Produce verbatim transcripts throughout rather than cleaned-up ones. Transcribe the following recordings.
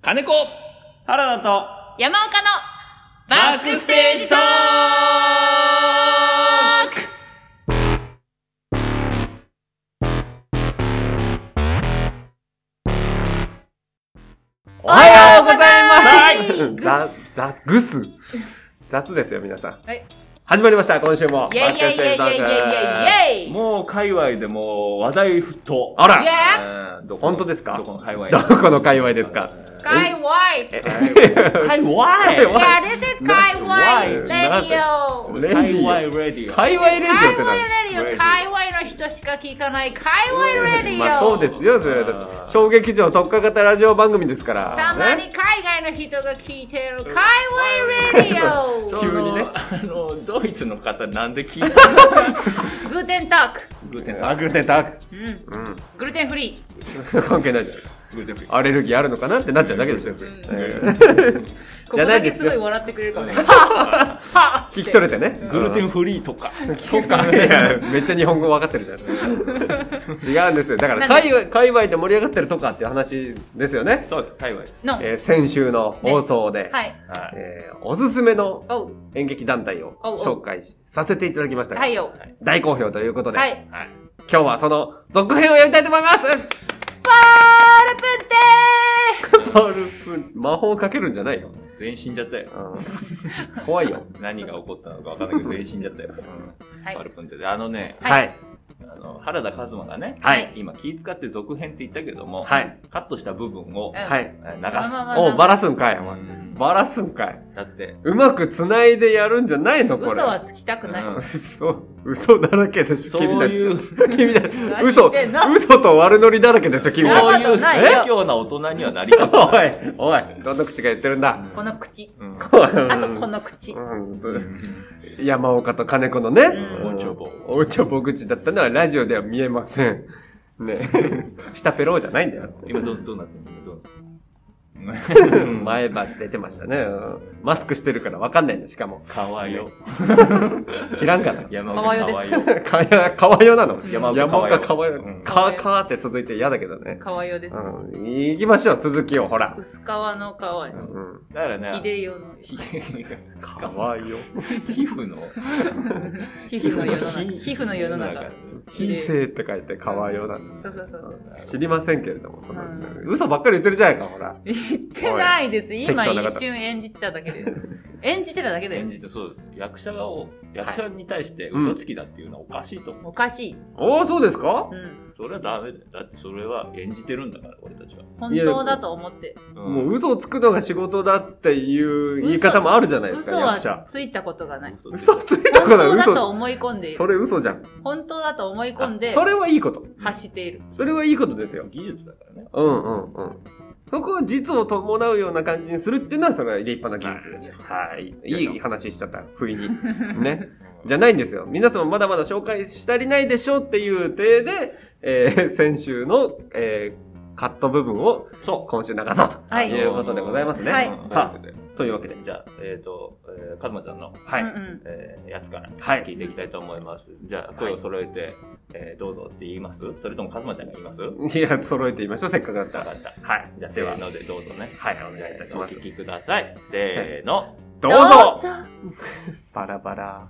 金子原田と山岡のバックステージトーク。 おはようございます。 ざ、ざ、ぐす。雑ですよ、皆さん。 はい。 始まりました、今週も。 イェイイェイイェイイェイイェイイェイイェイ。 もう界隈でもう話題沸騰。 あら、 イェどこ本当ですか？ どこの界隈？ どこの界隈ですか？ 界隈。 界隈。 Yeah, this is 界隈レディオ。 レデ界隈ィレディオ。 オ。界隈レディオって界隈何？ レディオ。界隈の人しか聞かない界隈レディオ。 まあそうですよ、それだって小劇場特化型ラジオ番組ですから。 たまに海外の人が聞いてる界隈レディオ。 急にね。 あのドイツの方なんで聞いたグーテンタック。 グーテンあ、グルテンタック。 うん。 うん。 グルテンフリ関係ないじゃないですか。 グーテンフリー。 アレルギーあるのかなってなっちゃうだけですよ。 ー。 えうん。 ーここだけすごい笑ってくれるからね。 聞き取れてね。 グルテンフリーとか。 とか、いやめっちゃ日本語分かってるじゃん。違うんですよ。だから海外、海外で盛り上がってるとかっていう話ですよね。 そうです、界隈です。 の。 えー先週の放送で、 はい。 はい。 えーおすすめのおう。 演劇団体をおうおう紹介させていただきましたが、 はいよ。 大好評ということで、 はい。 はい。 今日はその続編をやりたいと思いますパールプンテパルプ魔法かけるんじゃないよ。 全員死んじゃったよ。 うん怖いよ。 何が起こったのか分かんないけど全員死んじゃったよ。 ー。はいパ。ルプンってあのね、 はいはい。 あの原田和馬がね、 はい。 今気使って続編って言ったけども、 はい。 カットした部分をうんはい。 えー流す。 そのままおう、バラすんかい、お前。 うんバラすんかい。 だって、 うまく繋いでやるんじゃないのこれ。 嘘はつきたくない。 うん嘘、嘘だらけでしょ、 そう君たち。 いう、 君たち。 何嘘、 言ってんの嘘と悪ノリだらけでしょ、君たち。 そういうそんなことないよ卑怯な大人にはなりたくおない。 い、おい、どの口が言ってるんだ。 この口。 うんあとこの口。 うん、そう山岡と金子のね、 うんおちょぼおちょぼ口だったのはラジオでは見えません。ね。下ペローじゃないんだよ。 今どう、どうなってんのどうなってんの前歯出てましたね。うんマスクしてるからわかんないんだ、しかも。 かわよ。 知らんかな。 山かわよ岡ですかや、かわよなの。 山岡山岡かわようん。 か、かーって続いて嫌だけどね。 かわよです。 うん。行きましょう、続きを、ほら。 薄皮のかわよ。 うん。 だからね、 秀よの。 ひかわよ。 皮膚の、 皮膚の世の中。 皮皮膚の世の中。 非正って書いてかわよなんだ。 そうそうそう。 知りませんけれども、そのうん嘘ばっかり言ってるじゃないか、ほら。 言ってないです。今適当な方一瞬演じてただけで。演じてただけで演。じて、そう、役者を、役者に対して嘘つきだっていうのはおかしいと思う。 おかしい。 おー、そうですかうん。 それはダメだよ。だってそれは演じてるんだから、俺たちは。 本当だと思って。 うんもう嘘をつくのが仕事だっていう言い方もあるじゃないです嘘か、役は者。 ついたことがない。 嘘ついた本ことない、 当だと嘘。 思い込んでいそる。 れ嘘じゃん。 本当だと思い込んでそれはいいこと。 走っている。 それはいいことですよ。 技術だからね。 うんうんうん。そこを実を伴うような感じにするっていうのは、それは立派な技術ですよ。はい。いい話しちゃった、不意に。ね。じゃないんですよ。皆さんもまだまだ紹介し足りないでしょっていう体で、えー、先週の、えー、カット部分をそ今週流そうとはいいうことでございますね。 はいさあ、というわけで。 じゃあ、えっ、と、えー、かずまちゃんの、 はい。 うんうんえー、やつからはい聞いていきたいと思います。じゃあ、声を揃えて、えー、どうぞって言いますそれともかずまちゃんが言いますわいや、揃えてみましょう、せっかくだった。 からった。 はい。 じゃあ、 では、 せーのでどうぞね。 はい、お願いいたしますお聞。きください。せーの。 どうぞバラバラ。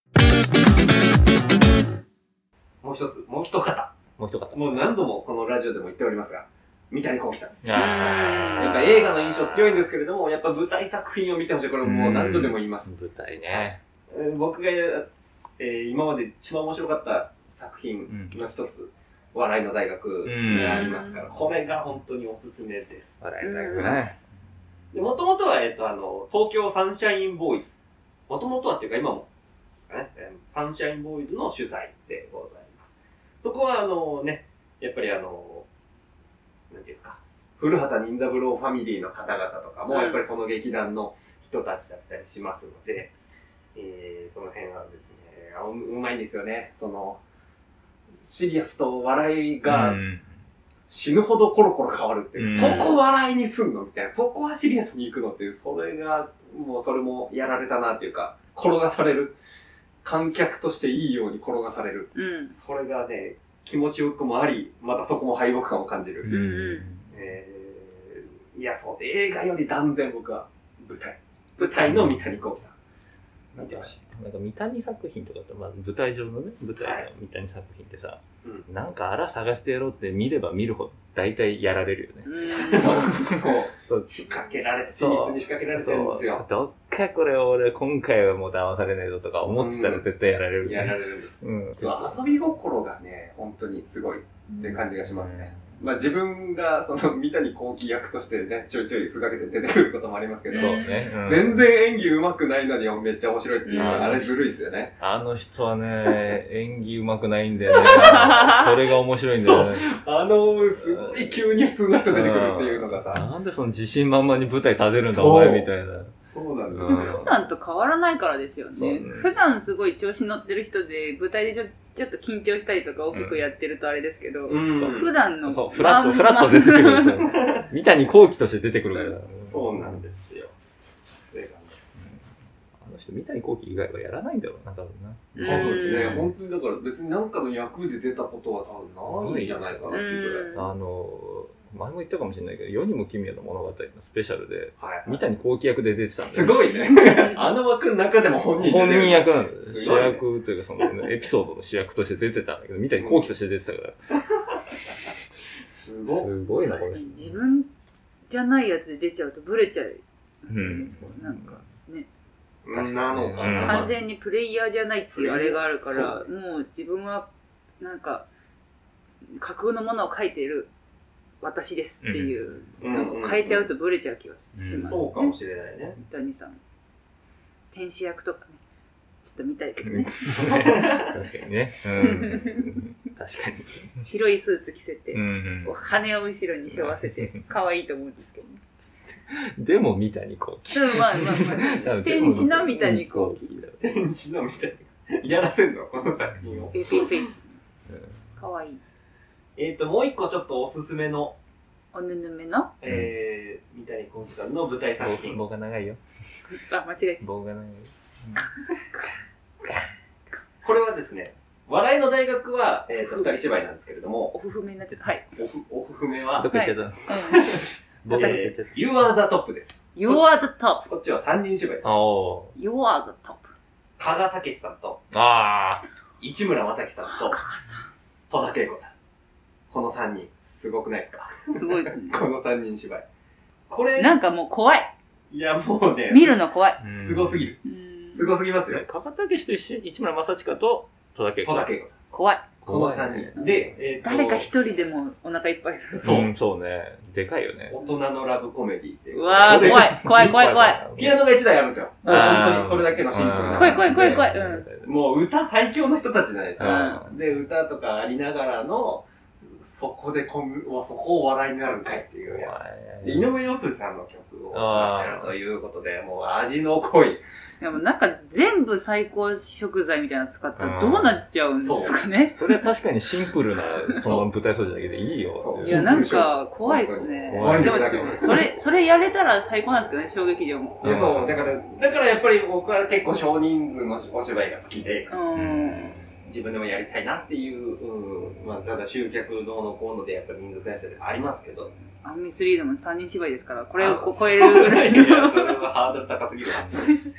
もう一つ、もう一方。 もう一方。 もう何度もこのラジオでも言っておりますが、三谷幸喜さんです。 あやっぱ映画の印象強いんですけれども、やっぱ舞台作品を見てほしい。これもう何度でも言います。 舞台ね。 えー僕が、えー今まで一番面白かった作品の一つ、笑いの大学がありますから、これが本当におすすめです。 笑いの大学ね。 もともとは、えっと、あの、東京サンシャインボーイズ。もともとはっていうか今も、ね、サンシャインボーイズの主催でございます。そこはあのね、やっぱりあの、なんていうんですか、古畑任三郎ファミリーの方々とかも、やっぱりその劇団の人たちだったりしますので、えー、その辺はですね、あううまいんですよね。その、シリアスと笑いがうん死ぬほどコロコロ変わるっていう、 うんそこ笑いにすんのみたいな、そこはシリアスに行くのっていう、それが、もうそれもやられたなっていうか、転がされる。観客としていいように転がされる。 うん。 それがね、気持ちよくもあり、またそこも敗北感を感じる。 うんうん。 えーいや、そう、映画より断然僕は舞台。舞台の三谷幸喜さん。見てほしい。 なんか三谷作品とかって、まあ、舞台上のね、舞台の三谷作品ってさ、はい、なんかあら探してやろうって見れば見るほど大体やられるよね。 うんそうそうそう。仕掛けられて、緻密に仕掛けられてるんですよ。 どっかこれ俺今回はもう騙されないぞとか思ってたら絶対やられる、 ねうん。やられるんです。うん、 そう遊び心がね、本当にすごいって感じがしますね。うん、まあ自分がその三谷幸喜役としてね、ちょいちょいふざけて出てくることもありますけど、そうねうん、全然演技上手くないのにめっちゃ面白いっていうのはあれずるいですよね。 あの人はね、演技上手くないんだよね。それが面白いんだよね。 あの、すごい急に普通の人出てくるっていうのがさ。 なんでその自信満々に舞台立てるんだお前みたいな。 そうなんですよ。 普段と変わらないからですよね。ね普段すごい調子乗ってる人で、舞台でちょちょっと緊張したりとか大きくやってるとあれですけど、うん、普段の。 そう、フラット、フラット出てくるんですよ。三谷幸喜として出てくるから。 そうなんですよ。 あの人、三谷幸喜以外はやらないんだろうな、多分な。 多分ね、本当にだから別に何かの役で出たことは多分ないんじゃないかなっていうぐらい。 あの、前も言ったかもしれないけど、世にも奇妙な物語のスペシャルで、はいはい、三谷幸喜役で出てたんで。 すごいね。あの枠の中でも本人本人役なんです。主役というか、その、ね、エピソードの主役として出てたんだけど、三谷幸喜として出てたから。 すごい。 すごいな、これ。 自分じゃないやつで出ちゃうとブレちゃう。うん。なんか、ね。 なのかな。 完全にプレイヤーじゃないっていうあれがあるから、もう自分は、なんか、架空のものを書いている。私ですっていう、うん、なんか変えちゃうとブレちゃう気がします、ねうん、そうかもしれないね。 三谷さん。天使役とかね。ちょっと見たいけどね。 確かにね。うん、確かに。 白いスーツ着せて、 うん、 こう羽を後ろに背負わせて、可愛いと思うんですけどね。 でも三谷幸喜。 うん、まあまあまあ。天使の三谷幸喜。 天使の三谷。やらせんのこの作品を。 ベビーフェイス。可愛い。 えっと、もう一個ちょっとおすすめの、 おぬぬめのえー、三谷幸喜さんの舞台作品。 棒が長いよ。 あ、間違えた。 棒が長いよ。 これはですね、笑いの大学は、えっと、二人芝居なんですけれども、 オフ譜めになっちゃった。はい。 オフ、オフ譜めは、 どこ行っちゃったの、はいうんえー、You are the top です。 You are the top。 こっちは三人芝居です。 おー。You are the top。 加賀武さんと、 あー。市村正樹さんと、 加賀さん。 戸田恵子さん。この三人、すごくないですか？ すごいですね。 この三人芝居。これ、 なんかもう怖い。 いや、もうね。 見るの怖い。 すごすぎる。すごすぎますよ。 加賀武と一緒に市村正親と戸田恵子。 戸田恵子さん。 怖い。 この三人。で、えっと。誰か一人でもお腹いっぱい。 そう。そうね。でかいよね。 大人のラブコメディっていう。 うわー、怖い。怖い、怖い、怖い。 ピアノが一台あるんですよ。本当にそれだけのシンプルな。 怖い、怖い、怖い、怖い。うん。 もう歌最強の人たちじゃないですか。で、歌とかありながらの、そこでこん、そこを笑いになるんかいっていうやつ。井上陽水さんの曲を使ってるということで、もう味の濃い。 でもなんか全部最高食材みたいなの使ったらどうなっちゃうんですかね。 それは確かにシンプルな、その舞台装置だけでいいよ。 いや、なんか怖いですね。でも、それ、それやれたら最高なんですけどね、小劇場も。 いや、そう。だから、だからやっぱり僕は結構少人数のお芝居が好きで。うん自分でもやりたいなっていう、うん、まあ、ただ集客どうのこうのでやっぱり人数増やしたりありますけど。 アンミスリードもさんにん芝居ですから、これを超えるぐらいの。 いや、それはハードル高すぎるな。はい。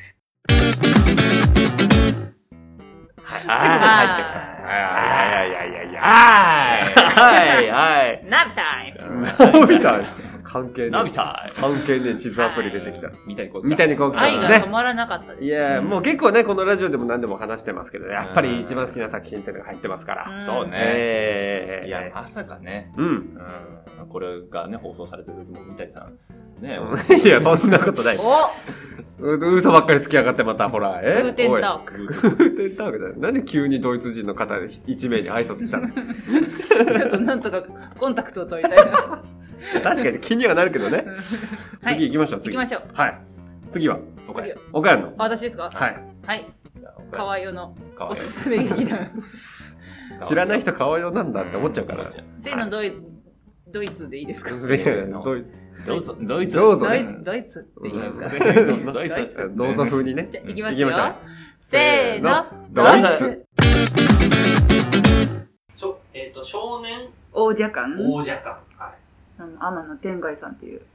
入ってきた。はい、いやいやいやいや。はい、はい。 ナビタイム。 ナビタイム。関係ね。 ナビタイム。 関係ね、地図アプリ出てきた。 三谷幸喜。 三谷幸喜さんですね。 愛が止まらなかったです。 いや、もう結構ね、このラジオでも何でも話してますけど、やっぱり一番好きな作品っていうのが入ってますから。 そうね。いや、まさかね。 うん。 これがね、放送されてる時も三谷さん。ねいや、そんなことない。お嘘ばっかりつきやがってまた、ほら。 えグーテンターク。 グーテンタークだよ。なんで急にドイツ人の方一名に挨拶したのちょっとなんとかコンタクトを取りたいな。 確かに気にはなるけどね。次行きましょう、次。 行きましょう。 はい。次は岡谷。 岡谷の。 私ですかはい。 はい。川代のおすすめ劇団。 知らない人川代なんだって思っちゃうから。 せーのドイドイツでいいですか？ せーのドイツ。 どうぞ、ドイツ。 どうぞ。 ドイツって言いますか？ ドイツ。どうぞ風にね。 じゃあ行きますよ。せーの、 ドイツ。 えっと、少年王者館王者館。はい。 あの、天野天海さんっていう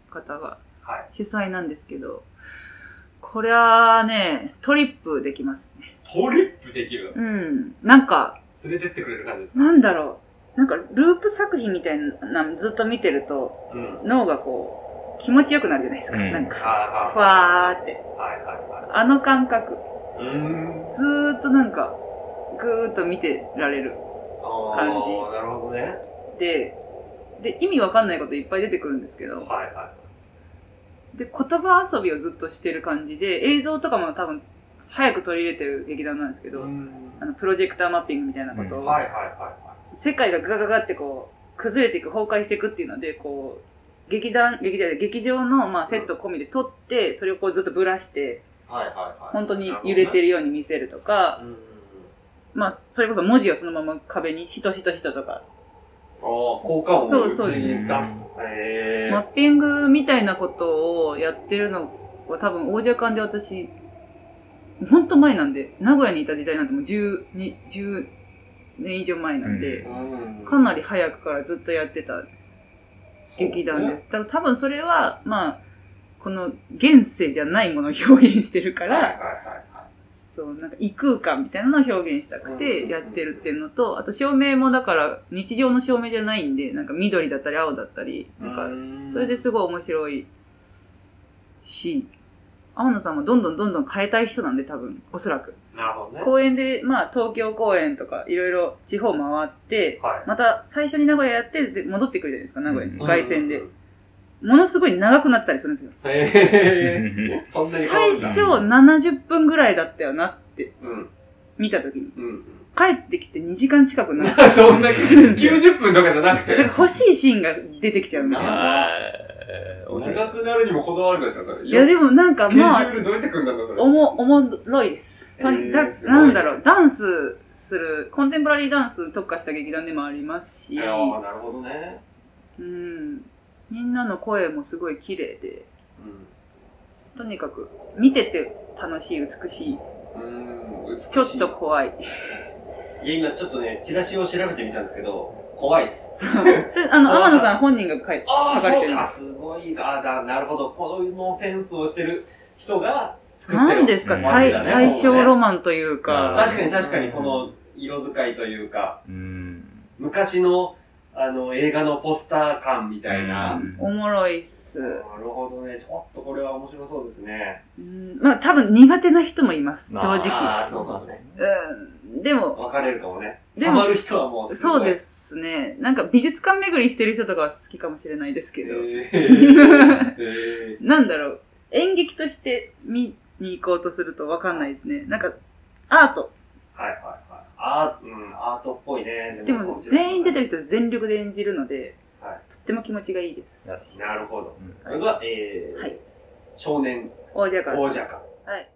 方がはい。 主催なんですけど、これはね、トリップできますね。 トリップできるうん。なんか、 連れてってくれる感じですか？ なんだろう。なんか、ループ作品みたいなのずっと見てると、 うん。 脳がこう、気持ちよくなるじゃないですか。 うんなんか、 はふわーって。 いはい。はいはいはあの感覚。 い。うーん。 ずーっとなんか、ぐーっと見てられる感じああ、なるほどね。 で、で、意味わかんないこといっぱい出てくるんですけど、 はいはで、言葉遊びをずっとしてる感じで、映像とかも多分、早く取り入れてる劇団なんですけい。 ど、 ん。 あの、プロジェクターマッピングみたいなことを、 はいはいは世界がガガガってこう、崩れていく、崩壊していくっていうので、こう、劇団、劇団で劇場の、まあ、セット込みで撮って、それをこうずっとブラして、 いはい。はいはいはい。 本当に揺れてるように見せるとか、 うん。 まあ、それこそ文字をそのまま壁に、しとしとしととか、 ああ、効果音を打ちそうそう出す。へえ。 マッピングみたいなことをやってるのは多分、王者館で私、ほんと前なんで、名古屋にいた時代なんてもうじゅうに、じゅうねん以上前なんで、 うん。 かなり早くからずっとやってた劇団です。だから多分それは、まあ、この現世じゃないものを表現してるから、 はいはいはいはい。 そう、なんか異空間みたいなのを表現したくてやってるっていうのと、あと照明もだから日常の照明じゃないんで、なんか緑だったり青だったり、なんか、それですごい面白いし、天野さんもどんどんどんどん変えたい人なんで多分、おそらく。 なるほどね。 公演で、まあ東京公演とかいろいろ地方回って、 はい。 また最初に名古屋やってで戻ってくるじゃないですか、名古屋に。 うん凱旋で。ものすごい長くなったりするんですよ。 へえ。そんなに変わる最んだ。 初ななじゅっぷんぐらいだったよなってうん。 見たときに。 うん。 帰ってきてにじかん近くなる。 そんなするんですよきゅうじゅっぷんとかじゃなくて。 だから欲しいシーンが出てきちゃうんだよ。 長くなるにも程あるんですよ、それ。 いやでもなんかスケジュまあ、 ールどうやって組んだんだ、それ。 おも、おもろいです。とにだへーすごいなんだろう、ダンスする、コンテンポラリーダンスに特化した劇団でもありますし、 いやー、なるほどね。 うん、みんなの声もすごい綺麗で、 うとにかく見てて楽しい、美しい、 ん。うーん、美しい。 ちょっと怖い。 いや、今ちょっとね、チラシを調べてみたんですけど、怖いっす。 そうそれあの、天野さん本人が書いああ、 書かれそうか、 てるんです。 すごい。あだ、なるほど。このセンスをしてる人が作ってる。 なんですか、 うん大だね大正ロマンというか、 確かに確かにこの色使いというか、 うん。 昔のあの映画のポスター感みたいな。 うんおもろいっす。 なるほどね。ちょっとこれは面白そうですね。 うんまあ多分苦手な人もいます、正まあ直。 ああ、そうかそう。 うん、でも、 分かれるかもね。 でもハマる人はもう。 そうですすね。なんか美術館巡りしてる人とかは好きかもしれないですけごど、 い。えーえなんだろう、演劇として見に行こうとするとわかんないですね。なんか、アート。 ー、はいはいはい。アー,、うん、アートっぽいね。 でも全員出てる人全力で演じるので、 はいとっても気持ちがいいです。 なるほど。 うんこれが、えーはい少年王者か。 王者か。 はい。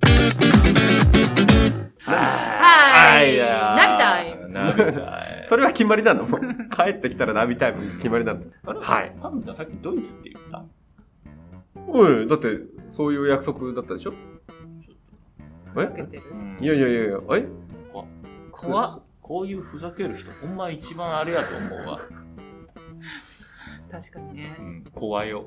はい。 やナビタイム。 ナビタイム。 それは決まりなの帰ってきたらナビタイム決まりなのあれはい。 パンダさっきドイツって言ったおい、だって、そういう約束だったでしょかけてる。 いやいやいやいや、え怖っ。こういうふざける人、ほんま一番あれやと思うわ。 確かにねう。ん、怖いよ。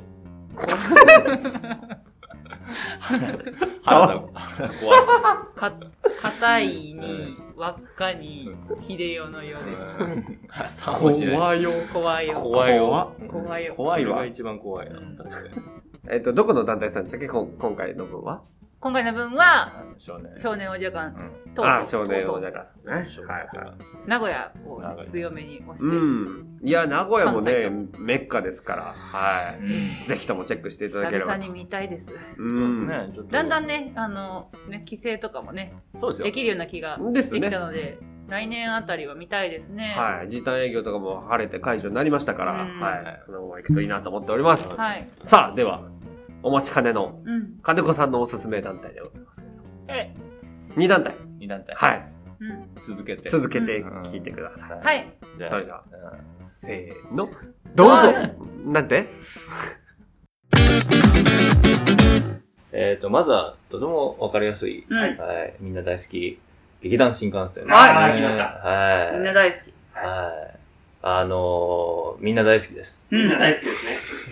かわ怖い。 か、硬いに、輪っかに、秀代のようです。 怖いよ。 怖いよ。 怖いよ。 怖いよ。 怖いわそれが一番怖いな。確かに。 えっと、どこの団体さんでしたっけこん今回の分は今回の分は、 少年。 少年王者館うん。 と、 あ、少年王者か。ね。 少年はいはい。 名古屋を名古屋強めに押して、 うん。いや、名古屋もね関、 メッカですから、はい。ぜひともチェックしていただければ。 久々に見たいです。 うん。 ね、ちょっとだんだんね、あの、ね、規制とかもね、 そうですよで。きるような気がでですねきたので、来年あたりは見たいですね。 はい。時短営業とかも晴れて解除になりましたから、 うんはい。このまま行くといいなと思っております。 はい。 さあ、では、お待ちかねの、 うん。 金子さんのおすすめ団体でございますけれども。 えに団体。 二団体。 はい。 うん。 続けて。 続けて聞いてください。 うんはい。 じゃそれでは、 あ、 せーの、どうぞなんてえっと、まずは、とてもわかりやすい、 うんはい。みんな大好き、劇団新幹線。 はいあー来ましたはい。 みんな大好き。 はい。あのー、みんな大好きです。 うん。 みんな大好きです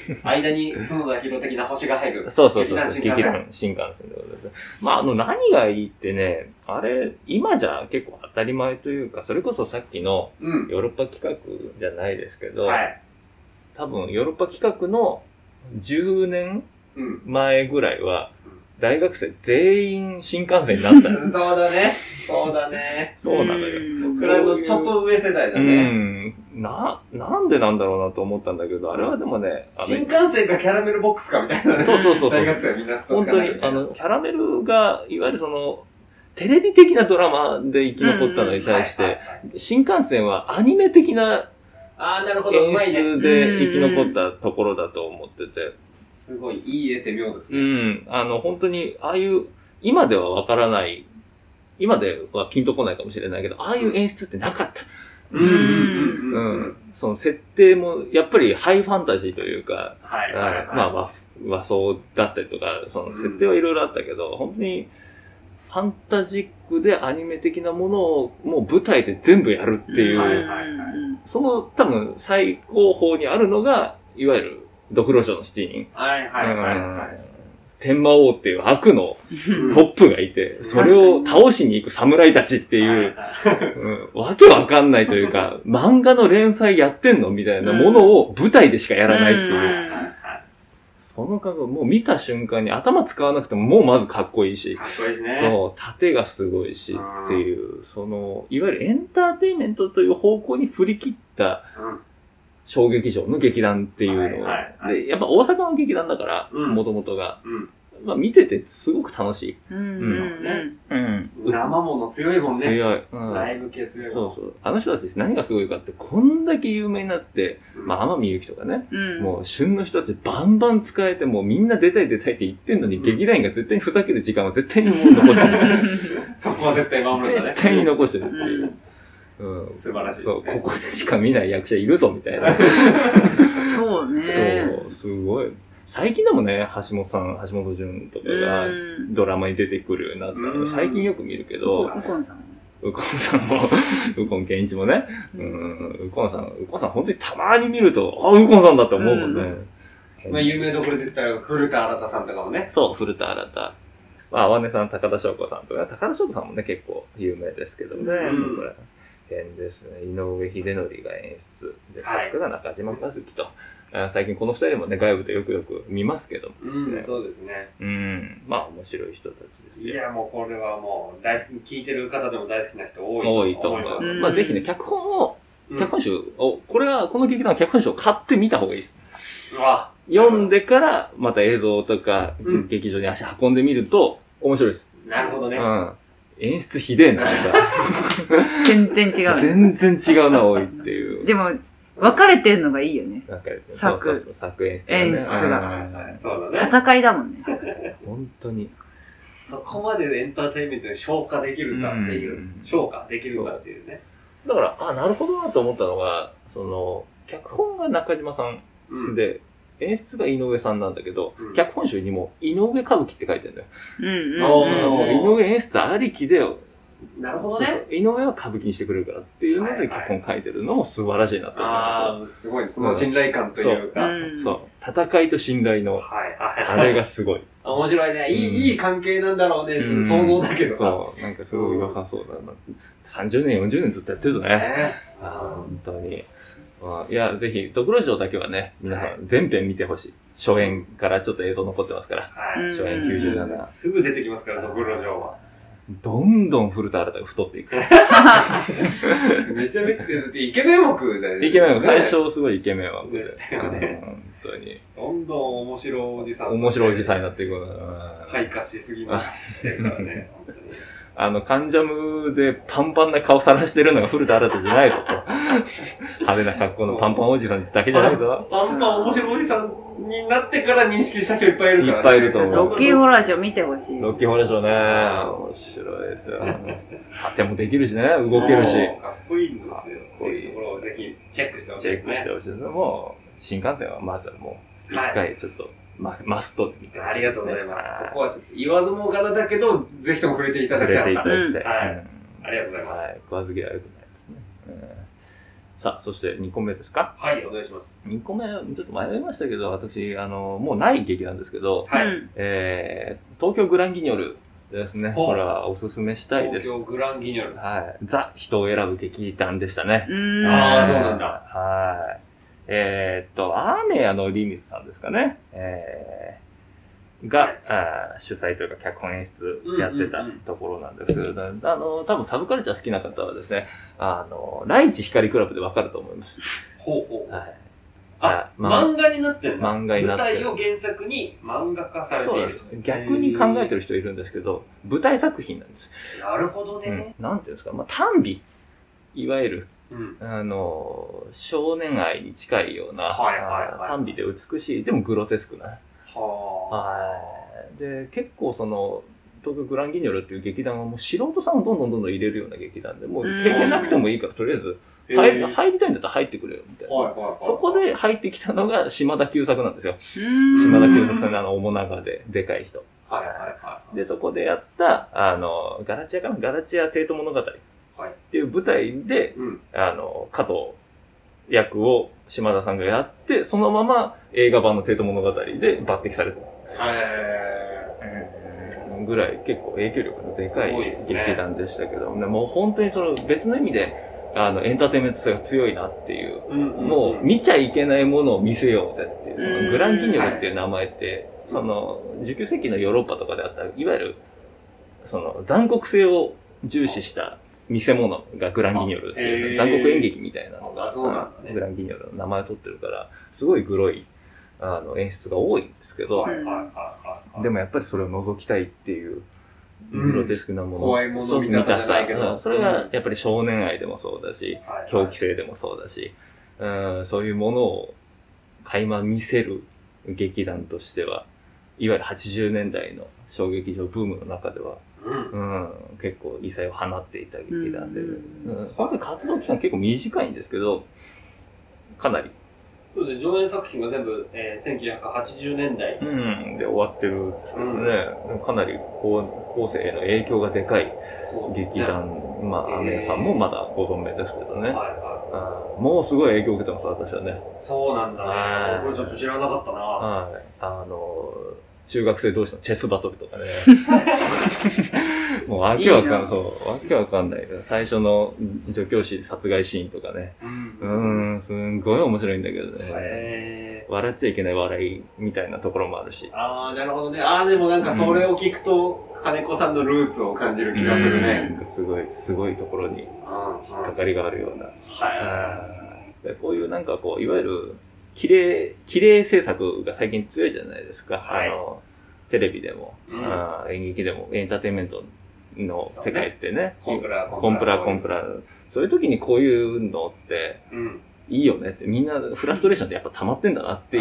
間に角田博的な星が入る。 そうそうそうそう、劇劇団団新幹線でございます。まあ、あの、何がいいってね、あれ、今じゃ結構当たり前というか、それこそさっきのうん。 ヨーロッパ企画じゃないですけど、 はい。 多分ヨーロッパ企画のじゅうねんうん。 まえぐらいは、大学生全員新幹線になったの。 そうだね。そうだね。 そうなのよ。 うん僕らのちょっと上世代だうね。 ん。な、なんでなんだろうなと思ったんだけど、あれはでもね、あの新幹線かキャラメルボックスかみたいなね。 そうそうそうそう大学生はみんな本当に、あの、キャラメルが、いわゆるその、テレビ的なドラマで生き残ったのに対して、 はいはいはい新幹線はアニメ的なああ、なるほど。う演まいね。 出で生き残ったところだと思ってて、 すごい、いい絵って妙ですうね。 ん、あの、本当に、ああいう、今ではわからない、今ではピンとこないかもしれないけど、ああいう演出ってなかった。 うんうんうんううん。 ん。その設定も、やっぱりハイファンタジーというか、 はいはいはい。 まあ和、和装だったりとか、その設定はいろいろあったけど、本当に、ファンタジックでアニメ的なものをもう舞台で全部やるっていう、 はいはいはいその多分最高峰にあるのが、いわゆるドクロ城の七人。 はいはいはいはい。 天魔王っていう悪のトップがいて、それを倒しに行く侍たちっていう、うん、わけわかんないというか、漫画の連載やってんのみたいなものを舞台でしかやらないっていう。その感覚、もう見た瞬間に頭使わなくてももうまずかっこいいし、 かっこいいですね。 そう、盾がすごいしっていう、その、いわゆるエンターテインメントという方向に振り切ったうん小劇場の劇団っていうのを、 はいはいはいで、やっぱ大阪の劇団だから、 うんもともとが、 うん。 まあ見ててすごく楽しい。 うんうんうん。 生もの強いもんね。 強い。うん。 ライブ系強いもん。 そうそう。あの人たち何がすごいかって、こんだけ有名になって、 うんまあ、天海祐希とかね、 うんもう旬の人たちバンバン使えて、もうみんな出たい出たいって言ってんのに、 うん劇団員が絶対にふざける時間は絶対にもう残してる。 そこは絶対守るんだね。 絶対に残してるっていう。うん。 素晴らしいですねそう、ここでしか見ない役者いるぞ、みたいな。 そうね。 そう、すごい。最近でもね、橋本さん、橋本淳とかがうんドラマに出てくるようになったのうん最近よく見るけど、 ウコンさん。 ウコンさんも、ウコン健一もね、うん、ウコンさん、ウコンさん本当にたまに見ると、あ、ウコンさんだって思うもんね。 まあ、有名どころで言ったら、古田新太さんとかもね。 そう、古田新太。まあ、あわねさん、高田翔子さんとか、高田翔子さんもね、結構有名ですけどね。 うんそこら辺ですね。井上秀則が演出で、 はい作家が中島和樹と。あ最近この二人もね、外部でよくよく見ますけどもですね。 そうですね。 うん。まあ、面白い人たちですよ。 いや、もうこれはもう、大好き、聞いてる方でも大好きな人多い多いと思います。 うんまあ、ぜひね、脚本を、 うん脚本集を、これは、この劇団は脚本集を買ってみた方がいいです。 うわ。 読んでから、また映像とか、 うん劇場に足運んでみると、面白いです。 なるほどね。 うん。演出ひでえな、なんか。 全然違う。 全然違うな、多いっていう。 でも、分かれてるのがいいよね。 なんか、 作そうそうそう作演出がね。 演出がうんそうだね。 戦いだもんね。 本当に。 そこまでエンターテインメントに消化できるかっていうう、 ん消化できるかっていうね。 だから、あ、なるほどなと思ったのが、その、脚本が中島さんうん。 で、演出が井上さんなんだけど、 うん脚本集にも井上歌舞伎って書いてるんだよ。 うんおうんー井上演出ありきで、 なるほどそうそね。 う井上は歌舞伎にしてくれるからっていうのではいはい脚本書いてるのも素晴らしいなと思いまああ、すごいね。その信頼感というか。はいうんす。そう。戦いと信頼の、 はいはい。 あれがすごい。 面白いね。いい、 うんいい関係なんだろうね。 うん想像だけどさ。 そう。なんかすごい良さそうだな。さんじゅうねん、よんじゅうねんずっとやってるとね。 ね。 あー本当に。まあいや、ぜひ、ドクロ城だけはね、皆さん全編見てほしい。初演からちょっと映像残ってますから。 はい。 初演きゅうじゅうなな。 すぐ出てきますから、ドクロ城は。 どんどん古田新太が太っていく。 めちゃめちゃ、だってイケメン枠だよね。 イケメンは最ね初すごいイケメン枠で。 でしたよねうん本当に。 どんどん面白いおじさん。 面白いおじさんになっていく。うん開花しすぎましてるからね。本当に。 あの、カンジャムでパンパンな顔さらしてるのが古田新太じゃないぞと。派手な格好のパンパンおじさんだけじゃないぞ。 パンパン面白いおじさんになってから認識した人いっぱいいるからね。 いっぱいいると思うロッキーホラーショー見てほしい。 ロッキーホラーショーね。面白いですよ。盾もできるしね、動けるし。 そうかっこいいんですよ。 かっってこいいいうところをぜひチェックしてほしいチェッですね。 クしてほしいです。もう、新幹線はまずはもう、一はい回ちょっと、ま、マストで見てほしありがいですね。 とうございます。 はここはちょっと言わずもがなだけど、ぜひとも触れていただき触れていたかった。 ただきたい。 はいうんありがとうございます。 はい。食わず嫌いは良くないですね。うんさあ、そしてにこめですか？ はい、お願いします。 にこめ、ちょっと迷いましたけど、私、あの、もうない劇なんですけど、 はい。 えー、東京グランギニョルですね。これはおすすめしたいです。 東京グランギニョル。 はい。ザ、人を選ぶ劇団でしたね。 ああ、そうなんだ。 はい。えー、っと、アーメヤのリミズさんですかね。えー、が、はい、あ主催というか脚本演出やってたところなんですけど、あの、多分サブカルチャー好きな方はですね、あの、ライチ光クラブでわかると思います。 ほうほう。 はい。 あ、ま、漫画になってる漫画になってる。 舞台を原作に漫画化されている。 そうです。逆に考えてる人いるんですけど、舞台作品なんです。 なるほどね。 うん、なんていうんですか、まあ、単美。いわゆる、 うん、 あの、少年愛に近いような、 はいはいはい、 単美で美しい、でもグロテスクな。 ははい。で、結構その、東京グランギニョルっていう劇団はもう素人さんをどんどんどんどん入れるような劇団で、もう経験なくてもいいから、とりあえず入り、入りたいんだったら入ってくれよ、みたいな。 はいはいはい、 そこで入ってきたのが島田久作なんですよ。島田久作さんのあの、面長で、でかい人。 はいはいはい。 で、そこでやった、あの、ガラチアかなガラチア帝都物語。っていう舞台で、 うん、 あの、加藤役を島田さんがやって、そのまま映画版の帝都物語で抜擢された。 へー。ぐらい結構影響力のでかい劇団でしたけど、ね、もう本当にその別の意味で、あの、エンターテインメント性が強いなっていう、 うんうんうん、 もう見ちゃいけないものを見せようぜっていう、そのグランギニョルっていう名前って、うん、その、じゅうきゅう世紀のヨーロッパとかであった、いわゆる、その、残酷性を重視した、見せ物がグランギニョルっていう、残酷演劇みたいなのが、 ね、 グランギニョルの名前を取ってるから、すごいグロいあの演出が多いんですけど、でもやっぱりそれを覗きたいっていう、グロテスクなもの、 うん、怖いもの見たさじゃないけど、 それがやっぱり少年愛でもそうだし、うん、狂気性でもそうだし、うん、そういうものを垣間見せる劇団としては、いわゆるはちじゅうねんだいの小劇場ブームの中では、うんうん、結構異彩を放っていた劇団で、うんうん、本当に活動期間結構短いんですけど、かなり。 そうですね、上演作品が全部、えー、せんきゅうひゃくはちじゅうねんだい、 うん、で終わってるんですけどね、うん、かなり後後世への影響がでかい劇団、ね、まあ、アメヤさんもまだご存命ですけどね、はいはい、もうすごい影響を受けてます、私はね。 そうなんだね。これちょっと知らなかったな。 はい。あの、中学生同士のチェスバトルとかね。もうわけわかんない、そう、わけわかんない。最初の助教師殺害シーンとかね。うん、うーん、すんごい面白いんだけどね。へー。笑っちゃいけない笑いみたいなところもあるし。 ああ、なるほどね。ああ、でもなんかそれを聞くと、うん、金子さんのルーツを感じる気がするね。 なんかすごい、すごいところに引っかかりがあるような。はい。こういうなんかこう、いわゆる、綺麗、綺麗制作が最近強いじゃないですか。はい、あの、テレビでも、うん、あ演劇でも、エンターテインメントの世界ってね。 コンプラ、 コンプラ、コンプラ。そういう時にこういうのって、いいよねって、みんなフラストレーションってやっぱ溜まってんだなっていう、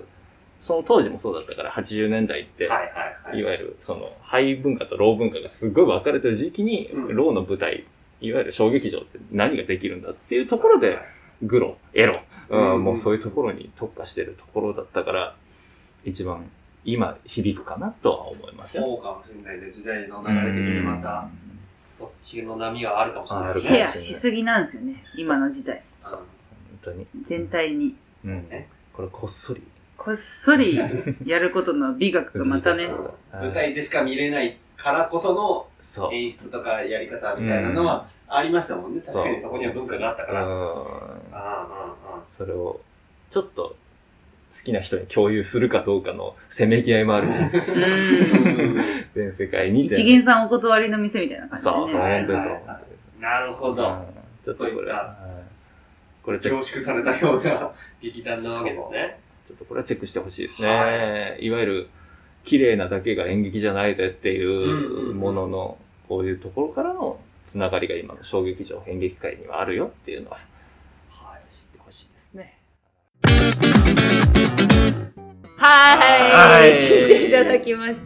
その当時もそうだったから、はちじゅうねんだいって、はいはいはい、いわゆるその、ハイ文化とロー文化がすごい分かれてる時期に、うん、ローの舞台、いわゆる小劇場って何ができるんだっていうところで、グロ、エロ、うんうん、もうそういうところに特化してるところだったから、一番今響くかなとは思いますよ。 そうかもしれないね。時代の流れ的にまた、そっちの波があるかもしれないですね。 シェアしすぎなんですよね、今の時代。 そう。本当に。 全体に。 うん。これこっそり。 こっそりやることの美学がまたね。 舞台でしか見れないからこその演出とかやり方みたいなのはありましたもんね。確かにそこには文化があったから。 それをちょっと好きな人に共有するかどうかのせめぎ合いもあるし。全世界に。 一元さんお断りの店みたいな感じでね。 そう、本当にそう。 なるほど。 ちょっとこれ、 これ凝縮されたような劇団なわけですね。 ちょっとこれはチェックしてほしいですね。はい、いわゆる、綺麗なだけが演劇じゃないぜっていうものの、こういうところからのつながりが今の小劇場演劇界にはあるよっていうのは、はい、知ってほしいですね。 はい。はい。聞いていただきました。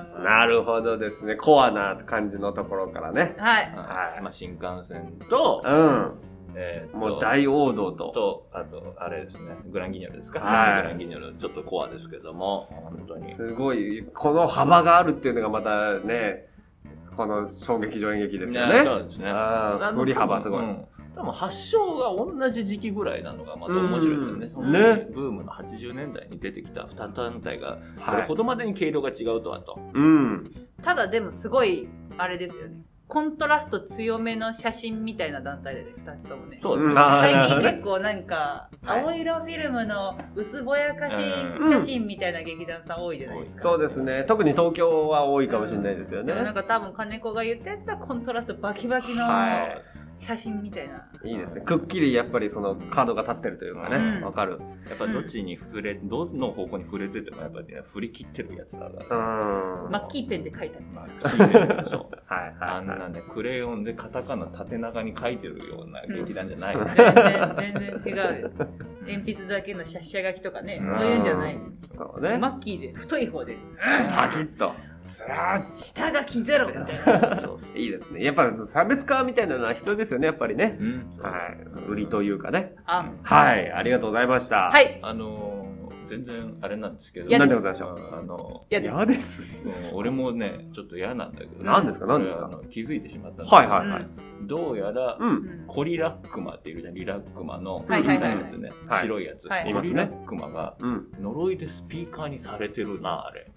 なるほどですね。コアな感じのところからね。 はい。 はい。まあ、新幹線と、 うん。 えー、 もう大王道と。 と、あと、あれですね。グランギニョルですか？ はい。 グランギニョル、ちょっとコアですけども、本当に。 すごい、この幅があるっていうのがまたね、この小劇場演劇ですよね。 そうですね。 ああ、振り幅すごい。うん、 多分発祥が同じ時期ぐらいなのがまた面白いですよね。 うんそのねブームのはちじゅうねんだいに出てきたに団体がそれほどまでに毛色が違うとはと。 うん。 ただでもすごいあれですよね、コントラスト強めの写真みたいな団体でね、ふたつともね。 そううん最近あー結構なんか、青色フィルムの薄ぼやかしうん写真みたいな劇団さん多いじゃないですか。 そうですね。特に東京は多いかもしれないですよね。 でもなんか多分金子が言ったやつはコントラストバキバキのは写真みたいな。 い。いいですね。くっきりやっぱりそのカードが立ってるというかね、 うんわかる。 やっぱどっちに触れ、どの方向に触れててもやっぱりね、振り切ってるやつだかうら。 ん。 マッキーペンで描いたり。 まあ聞いてるでしょ。 はいあんはいは。 ないね、クレヨンでカタカナ縦長に書いてるような劇団じゃないですね。 全然、全然違う。鉛筆だけのシャッシャ書きとかね、 うんそういうんじゃない。 そうね。 マッキーで、太い方で、 パキッと。さ下書きゼロみたいな。 そうあ、いいですね。やっぱ差別化みたいなのは必要ですよね、やっぱりね。 うん。 はい。売りというかね。 あ、 はい。ありがとうございました。 はい。 あのー、全然あれなんですけど。 嫌なんですでございましょう。 あの、 嫌です。 嫌です。 うん俺もね、ちょっと嫌なんだけど。 何ですか何ですかこれあの気づいてしまったんだけどはいはいはい。 どうやら、 うん。 うんコリラックマっているじゃん、リラックマの小さはいはいはいいやつね、 はい白いやつ。 はいコリラックマがうん。 呪いでスピーカーにされてるな、あれ。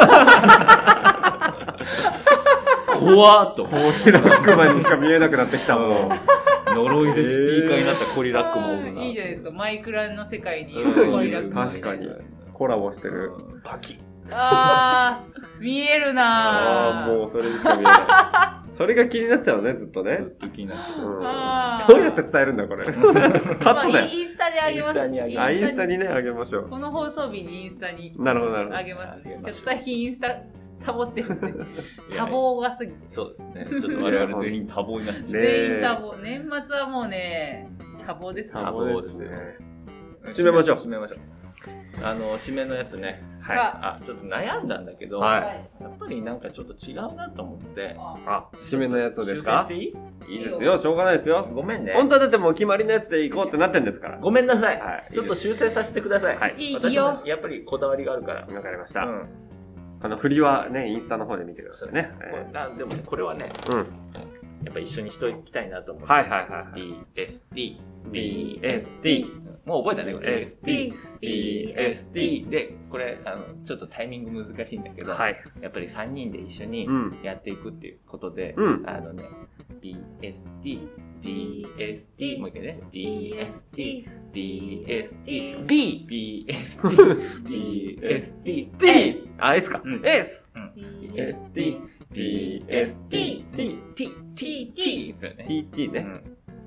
怖っと。 コーラックマンにしか見えなくなってきたもん。 呪いでスピーカーになったコリラックマおるな。 いいじゃないですか。マイクラの世界にいうんるコリラックマ確かに。コラボしてる。 うんパキッ。 あー、見えるなああ、 ー。 もうそれにしか見えない。それが気になってたのね、ずっとねず。っと気になっちゃう。 うんあーどうやって伝えるんだ、これ。カットまあだよ。 インスタであげます。 インスタにあげあ、インスタにね、あげましょう。 この放送日にインスタになるほど、なるほど。 あげます。 あげましょうちょっと最近インスタサボってるんで、 いや多忙が過ぎて。 そうですね。ちょっと我々全員多忙になっちゃう。 ね全員多忙。年末はもうね、多忙ですね。 多忙ですね。締めましょう締めましょう。あの、締めのやつね。 はい。 ああ、ちょっと悩んだんだけど、 はいやっぱりなんかちょっと違うなと思って、 あ、締めのやつです修正しかていい？ いいですよ、しょうがないですよ。 ごめんね。 本当はだってもう決まりのやつで行こうってなってんですから。 ごめんなさい。 はいちょっと修正させてください。 はいいい私よもやっぱりこだわりがあるから。 わかりました。 うん。 あの、振りはね、インスタの方で見てくださいね。 これあでもね、これはね、 うん。 やっぱ一緒にしときたいなと思って。 はいはいはいはいビーエスティー、 ビーエスティー。 もう覚えたね、これ。 エスティービーエスティー で、これ、あの、ちょっとタイミング難しいんだけど、 はい。 やっぱりさんにんで一緒にうん。 やっていくっていうことで、 うん。 あのね、ビーエスティー、ビーエスティー、もう一回ね、ビーエスティー、ビーエスティー、B、ビーエスティー、ビーエスティー、 T! あ、S か。 うん S! ビーエスティー、ビーエスティー、T、T、T、T ですよね。 ティーティー ね。 うん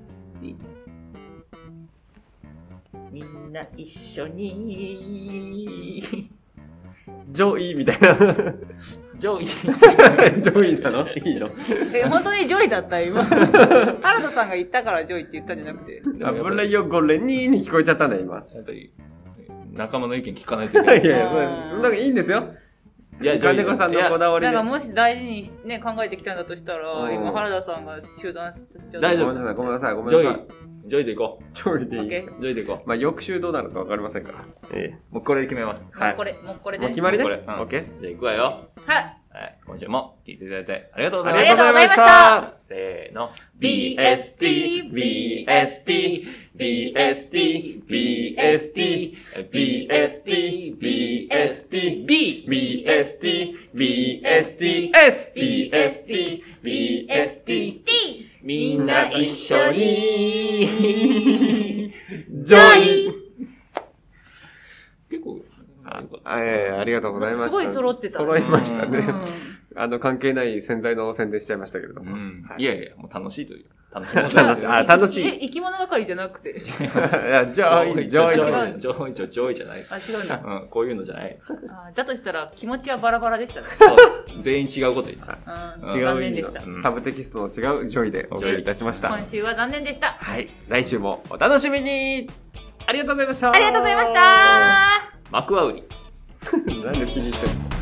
みんな一緒に、 ジョイみたいな。 ジョイ。 ジョイなのいいのえ、本当にジョイだった今。原田さんが言ったからジョイって言ったんじゃなくて。 あぶれよごれにーに聞こえちゃったんだよ、今。 やっぱり、仲間の意見聞かないといけない。 いやいや、 あーそんなのいいんですよ。 いや金子さんのこだわりで。 なんかもし大事にね、考えてきたんだとしたら、 うん今原田さんが中断しちゃった。 大丈夫ごめんなさい、ごめんなさい、ごめんジョイなさい。、 ジョイで行こジョイでいい。 オッケう。ジョイで行こまあ、翌週どうなるかわかりませんから。えう。もうこれで決めます。 はいもうこれ、もうこれで。 もう決まりね。オこれうんッケー。 じゃあ行くわよ。 はい。 はい。今週も聞いていただいてありがとうございあました。 りがとうございましありがとうございまた。 せーの。 ビーエスティービーエスティー ビーエスティー ビーエスティー ビーエスティー ビーエスティー B ビーエスティー ビーエスティー S! B エスティー ビーエスティー T! みんな一緒にジョイ結構あええありがとうございました。 すごい揃ってた。 揃いましたね。 うんあの、関係ない洗剤の宣伝しちゃいましたけれども。 うんはいいやいや、もう楽しいという。楽しい。 楽しいあ楽しいえ、生き物係じゃなくて。 いや、ジョイ、ジョイ、 ジジョイ。 ョイ、ジョイ、ジョイ、ジョイじゃないです。 あ、違うんだ。 うん、こういうのじゃない。 あだとしたら気持ちはバラバラでしたね。 そう全員違うこと言ってた。 うん違う残念でした。 うんサブテキストの違うジョイでお送りいたしました。 今週は残念でした。 はい。来週もお楽しみにありがとうございましたありがとうございました。 幕は売り。 なんで気に入ってんの